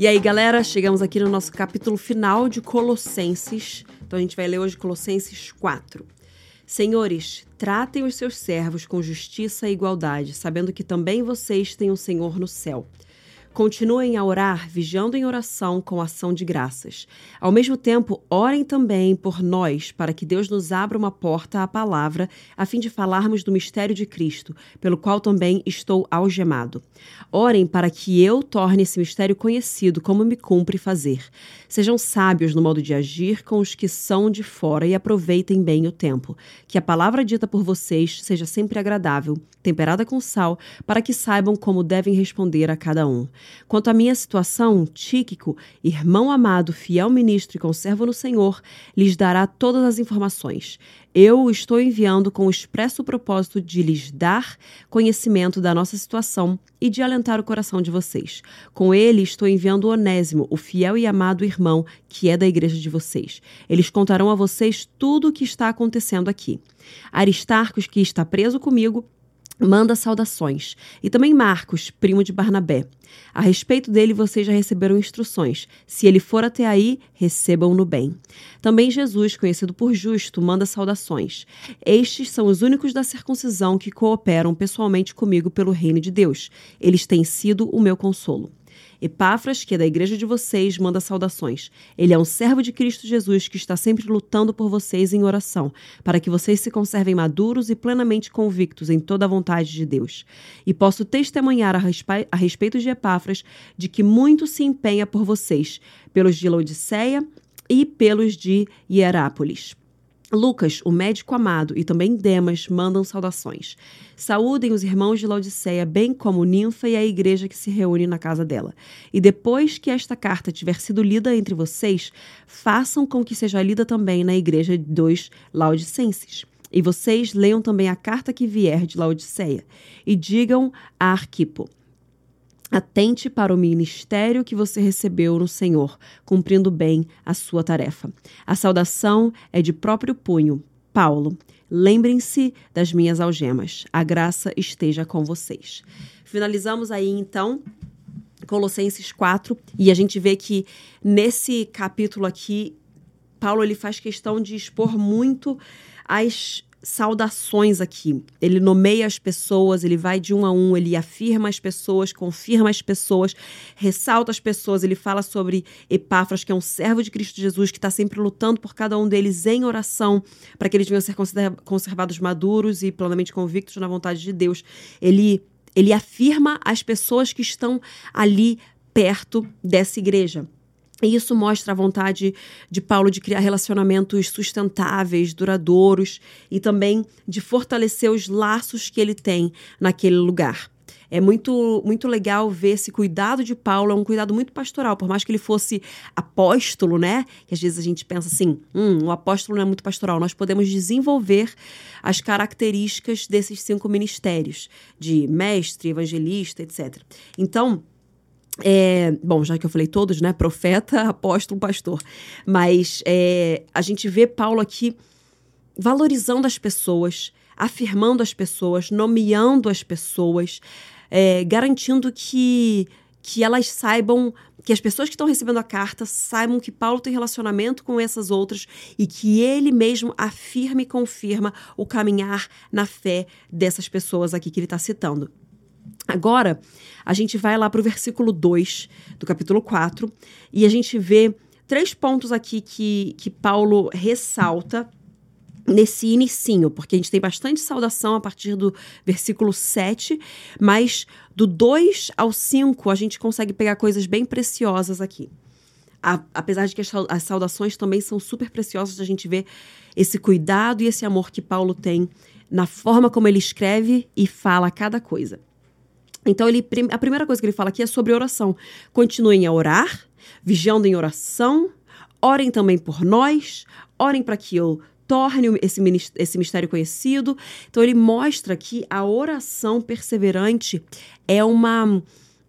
E aí, galera, chegamos aqui no nosso capítulo final de Colossenses. Então, a gente vai ler hoje Colossenses 4. Senhores, tratem os seus servos com justiça e igualdade, sabendo que também vocês têm um Senhor no céu. Continuem a orar, vigiando em oração com ação de graças. Ao mesmo tempo, orem também por nós, para que Deus nos abra uma porta à palavra, a fim de falarmos do mistério de Cristo, pelo qual também estou algemado. Orem para que eu torne esse mistério conhecido, como me cumpre fazer. Sejam sábios no modo de agir com os que são de fora e aproveitem bem o tempo. Que a palavra dita por vocês seja sempre agradável, temperada com sal, para que saibam como devem responder a cada um. Quanto à minha situação, Tíquico, irmão amado, fiel ministro e conservo no Senhor, lhes dará todas as informações. Eu o estou enviando com o expresso propósito de lhes dar conhecimento da nossa situação e de alentar o coração de vocês. Com ele estou enviando Onésimo, o fiel e amado irmão, que é da igreja de vocês. Eles contarão a vocês tudo o que está acontecendo aqui. Aristarcos, que está preso comigo, manda saudações. E também Marcos, primo de Barnabé. A respeito dele, vocês já receberam instruções. Se ele for até aí, recebam-no bem. Também Jesus, conhecido por Justo, manda saudações. Estes são os únicos da circuncisão que cooperam pessoalmente comigo pelo reino de Deus. Eles têm sido o meu consolo. Epáfras, que é da igreja de vocês, manda saudações. Ele é um servo de Cristo Jesus que está sempre lutando por vocês em oração, para que vocês se conservem maduros e plenamente convictos em toda a vontade de Deus. E posso testemunhar a respeito de Epáfras de que muito se empenha por vocês, pelos de Laodiceia e pelos de Hierápolis. Lucas, o médico amado, e também Demas mandam saudações. Saúdem os irmãos de Laodiceia, bem como Ninfa e a igreja que se reúne na casa dela. E depois que esta carta tiver sido lida entre vocês, façam com que seja lida também na igreja dos Laodicenses. E vocês leiam também a carta que vier de Laodiceia. E digam a Arquipo: atente para o ministério que você recebeu no Senhor, cumprindo bem a sua tarefa. A saudação é de próprio punho. Paulo, lembrem-se das minhas algemas. A graça esteja com vocês. Finalizamos aí, então, Colossenses 4, e a gente vê que nesse capítulo aqui, Paulo ele faz questão de expor muito as saudações aqui. Ele nomeia as pessoas, ele vai de um a um, ele afirma as pessoas, confirma as pessoas, ressalta as pessoas. Ele fala sobre Epáfras, que é um servo de Cristo Jesus, que está sempre lutando por cada um deles em oração, para que eles venham a ser conservados maduros e plenamente convictos na vontade de Deus. Ele afirma as pessoas que estão ali perto dessa igreja. E isso mostra a vontade de Paulo de criar relacionamentos sustentáveis, duradouros e também de fortalecer os laços que ele tem naquele lugar. É muito, muito legal ver esse cuidado de Paulo, é um cuidado muito pastoral, por mais que ele fosse apóstolo, né? Que às vezes a gente pensa assim, o apóstolo não é muito pastoral. Nós podemos desenvolver as características desses 5 ministérios, de mestre, evangelista, etc. Então, bom, já que eu falei todos, né? Profeta, apóstolo, pastor. Mas a gente vê Paulo aqui valorizando as pessoas, afirmando as pessoas, nomeando as pessoas, garantindo que elas saibam, que as pessoas que estão recebendo a carta saibam que Paulo tem relacionamento com essas outras e que ele mesmo afirma e confirma o caminhar na fé dessas pessoas aqui que ele está citando. Agora, a gente vai lá para o versículo 2 do capítulo 4 e a gente vê 3 pontos aqui que Paulo ressalta nesse inicinho, porque a gente tem bastante saudação a partir do versículo 7, mas do 2 ao 5 a gente consegue pegar coisas bem preciosas aqui. Apesar de que as saudações também são super preciosas, a gente vê esse cuidado e esse amor que Paulo tem na forma como ele escreve e fala cada coisa. Então, a primeira coisa que ele fala aqui é sobre oração. Continuem a orar, vigiando em oração, orem também por nós, orem para que eu torne esse mistério conhecido. Então, ele mostra que a oração perseverante é uma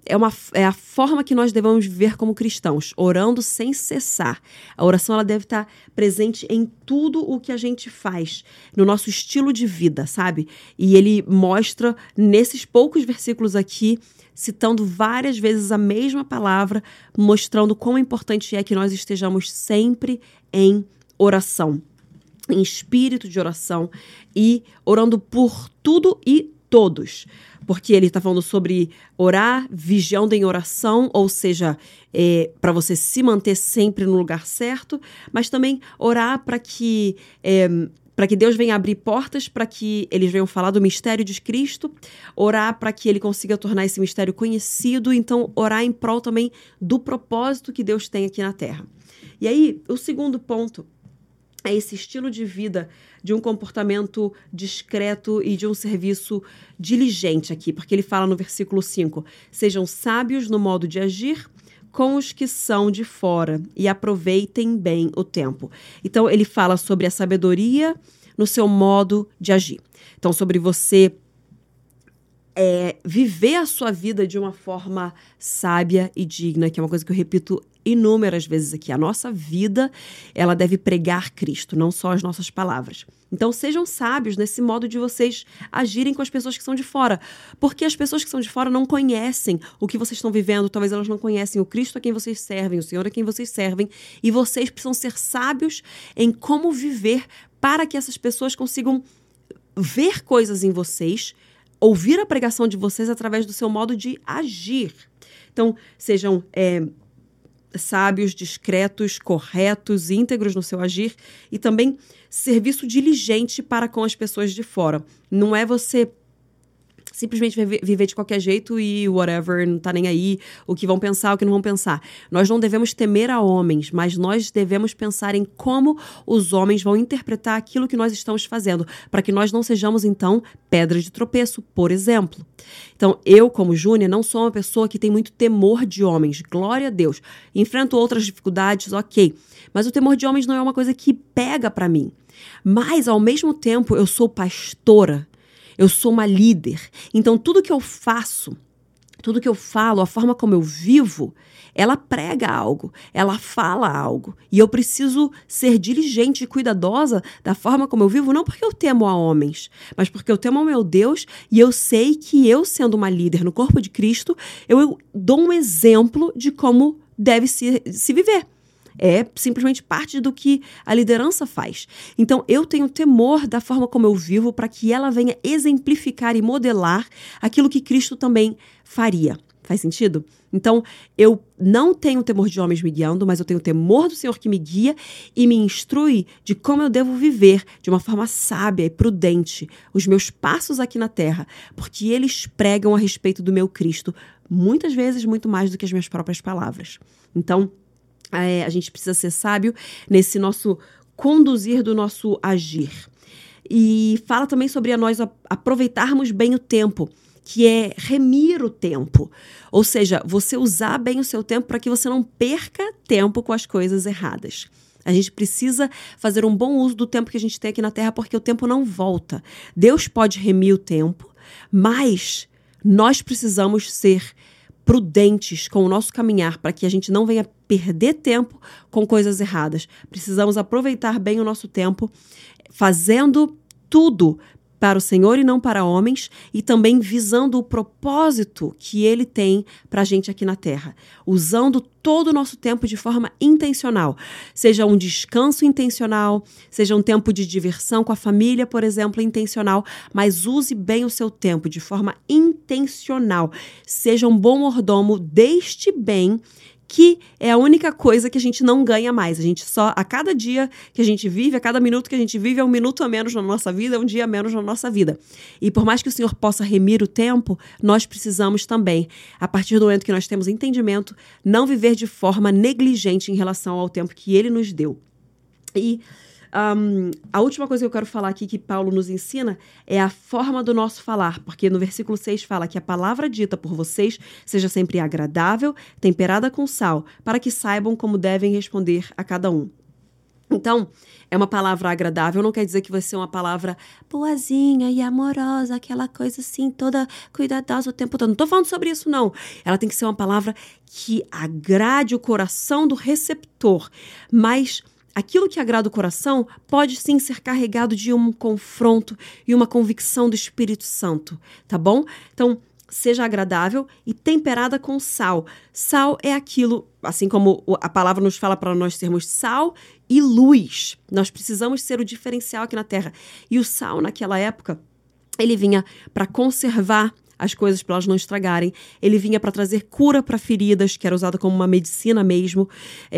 é a forma que nós devemos viver como cristãos, orando sem cessar. A oração ela deve estar presente em tudo o que a gente faz, no nosso estilo de vida, sabe? E ele mostra nesses poucos versículos aqui, citando várias vezes a mesma palavra, mostrando quão importante é que nós estejamos sempre em oração, em espírito de oração e orando por tudo e todos. Porque ele está falando sobre orar, vigiando em oração, ou seja, para você se manter sempre no lugar certo, mas também orar para que Deus venha abrir portas, para que eles venham falar do mistério de Cristo, orar para que ele consiga tornar esse mistério conhecido, então orar em prol também do propósito que Deus tem aqui na Terra. E aí, o segundo ponto é esse estilo de vida de um comportamento discreto e de um serviço diligente aqui, porque ele fala no versículo 5, sejam sábios no modo de agir com os que são de fora e aproveitem bem o tempo. Então, ele fala sobre a sabedoria no seu modo de agir. Então, sobre você viver a sua vida de uma forma sábia e digna, que é uma coisa que eu repito inúmeras vezes aqui. A nossa vida, ela deve pregar Cristo, não só as nossas palavras. Então, sejam sábios nesse modo de vocês agirem com as pessoas que são de fora. Porque as pessoas que são de fora não conhecem o que vocês estão vivendo, talvez elas não conhecem o Cristo a quem vocês servem, o Senhor a quem vocês servem, e vocês precisam ser sábios em como viver para que essas pessoas consigam ver coisas em vocês, ouvir a pregação de vocês através do seu modo de agir. Então, sejam sábios, discretos, corretos, íntegros no seu agir e também serviço diligente para com as pessoas de fora. Não é você simplesmente viver de qualquer jeito e whatever, não tá nem aí, o que vão pensar, o que não vão pensar. Nós não devemos temer a homens, mas nós devemos pensar em como os homens vão interpretar aquilo que nós estamos fazendo, para que nós não sejamos, então, pedras de tropeço, por exemplo. Então, eu, como Júnia, não sou uma pessoa que tem muito temor de homens, glória a Deus. Enfrento outras dificuldades, ok. Mas o temor de homens não é uma coisa que pega para mim. Mas, ao mesmo tempo, eu sou pastora, eu sou uma líder. Então, tudo que eu faço, tudo que eu falo, a forma como eu vivo, ela prega algo, ela fala algo. E eu preciso ser diligente e cuidadosa da forma como eu vivo, não porque eu temo a homens, mas porque eu temo ao meu Deus e eu sei que eu, sendo uma líder no corpo de Cristo, eu dou um exemplo de como deve se viver. É simplesmente parte do que a liderança faz. Então, eu tenho temor da forma como eu vivo para que ela venha exemplificar e modelar aquilo que Cristo também faria. Faz sentido? Então, eu não tenho temor de homens me guiando, mas eu tenho temor do Senhor que me guia e me instrui de como eu devo viver de uma forma sábia e prudente os meus passos aqui na terra, porque eles pregam a respeito do meu Cristo, muitas vezes muito mais do que as minhas próprias palavras. Então, a gente precisa ser sábio nesse nosso conduzir do nosso agir. E fala também sobre nós aproveitarmos bem o tempo, que é remir o tempo. Ou seja, você usar bem o seu tempo para que você não perca tempo com as coisas erradas. A gente precisa fazer um bom uso do tempo que a gente tem aqui na Terra, porque o tempo não volta. Deus pode remir o tempo, mas nós precisamos ser prudentes com o nosso caminhar para que a gente não venha perder tempo com coisas erradas. Precisamos aproveitar bem o nosso tempo, fazendo tudo para o Senhor e não para homens, e também visando o propósito que Ele tem para a gente aqui na Terra, usando todo o nosso tempo de forma intencional, seja um descanso intencional, seja um tempo de diversão com a família, por exemplo, intencional, mas use bem o seu tempo de forma intencional, seja um bom mordomo deste bem, que é a única coisa que a gente não ganha mais. A gente só, a cada dia que a gente vive, a cada minuto que a gente vive, é um minuto a menos na nossa vida, é um dia a menos na nossa vida. E por mais que o Senhor possa remir o tempo, nós precisamos também, a partir do momento que nós temos entendimento, não viver de forma negligente em relação ao tempo que Ele nos deu. E a última coisa que eu quero falar aqui que Paulo nos ensina é a forma do nosso falar, porque no versículo 6 fala que a palavra dita por vocês seja sempre agradável, temperada com sal, para que saibam como devem responder a cada um. Então, é uma palavra agradável, não quer dizer que vai ser uma palavra boazinha e amorosa, aquela coisa assim, toda cuidadosa o tempo todo. Não tô falando sobre isso, não. Ela tem que ser uma palavra que agrade o coração do receptor. Mas aquilo que agrada o coração pode sim ser carregado de um confronto e uma convicção do Espírito Santo, tá bom? Então, seja agradável e temperada com sal. Sal é aquilo, assim como a palavra nos fala para nós sermos sal e luz. Nós precisamos ser o diferencial aqui na Terra. E o sal, naquela época, ele vinha para conservar as coisas para elas não estragarem. Ele vinha para trazer cura para feridas, que era usado como uma medicina mesmo.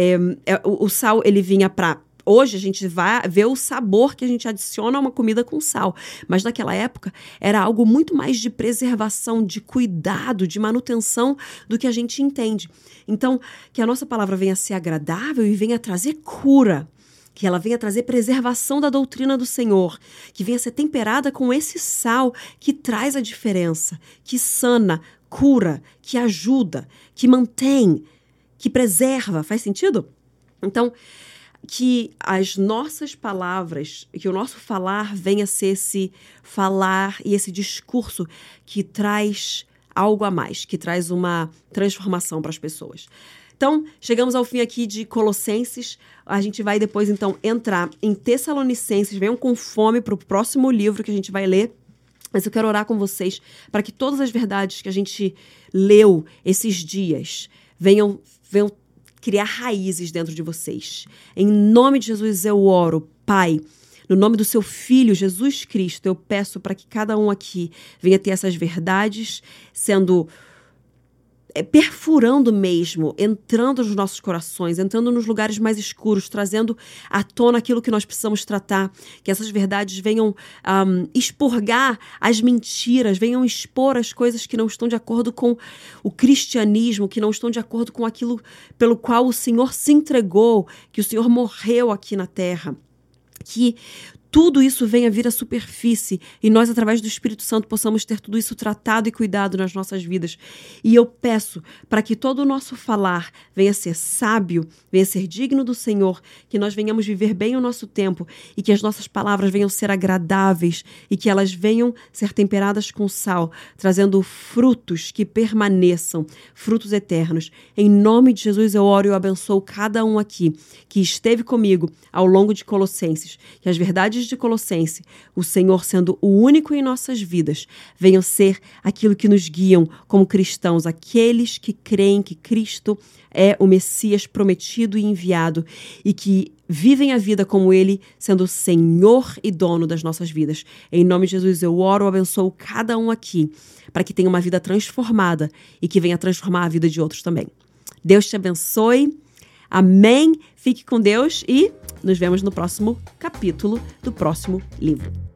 O sal, ele vinha para... Hoje a gente vai ver o sabor que a gente adiciona a uma comida com sal. Mas naquela época era algo muito mais de preservação, de cuidado, de manutenção do que a gente entende. Então, que a nossa palavra venha a ser agradável e venha a trazer cura. Que ela venha trazer preservação da doutrina do Senhor. Que venha a ser temperada com esse sal que traz a diferença. Que sana, cura, que ajuda, que mantém, que preserva. Faz sentido? Então, que as nossas palavras, que o nosso falar venha a ser esse falar e esse discurso que traz algo a mais, que traz uma transformação para as pessoas. Então, chegamos ao fim aqui de Colossenses. A gente vai depois, então, entrar em Tessalonicenses. Venham com fome para o próximo livro que a gente vai ler. Mas eu quero orar com vocês para que todas as verdades que a gente leu esses dias venham criar raízes dentro de vocês. Em nome de Jesus eu oro, Pai. No nome do seu Filho, Jesus Cristo, eu peço para que cada um aqui venha ter essas verdades sendo... perfurando mesmo, entrando nos nossos corações, entrando nos lugares mais escuros, trazendo à tona aquilo que nós precisamos tratar, que essas verdades venham expurgar as mentiras, venham expor as coisas que não estão de acordo com o cristianismo, que não estão de acordo com aquilo pelo qual o Senhor se entregou, que o Senhor morreu aqui na terra. Que tudo isso venha vir à superfície e nós, através do Espírito Santo, possamos ter tudo isso tratado e cuidado nas nossas vidas. E eu peço para que todo o nosso falar venha a ser sábio, venha a ser digno do Senhor, que nós venhamos viver bem o nosso tempo e que as nossas palavras venham ser agradáveis e que elas venham ser temperadas com sal, trazendo frutos que permaneçam, frutos eternos. Em nome de Jesus eu oro e eu abençoo cada um aqui que esteve comigo ao longo de Colossenses, que as verdades de Colossenses, o Senhor sendo o único em nossas vidas, venham ser aquilo que nos guiam como cristãos, aqueles que creem que Cristo é o Messias prometido e enviado e que vivem a vida como Ele, sendo o Senhor e dono das nossas vidas. Em nome de Jesus eu oro, abençoo cada um aqui, para que tenha uma vida transformada e que venha transformar a vida de outros também. Deus te abençoe. Amém. Fique com Deus e nos vemos no próximo capítulo do próximo livro.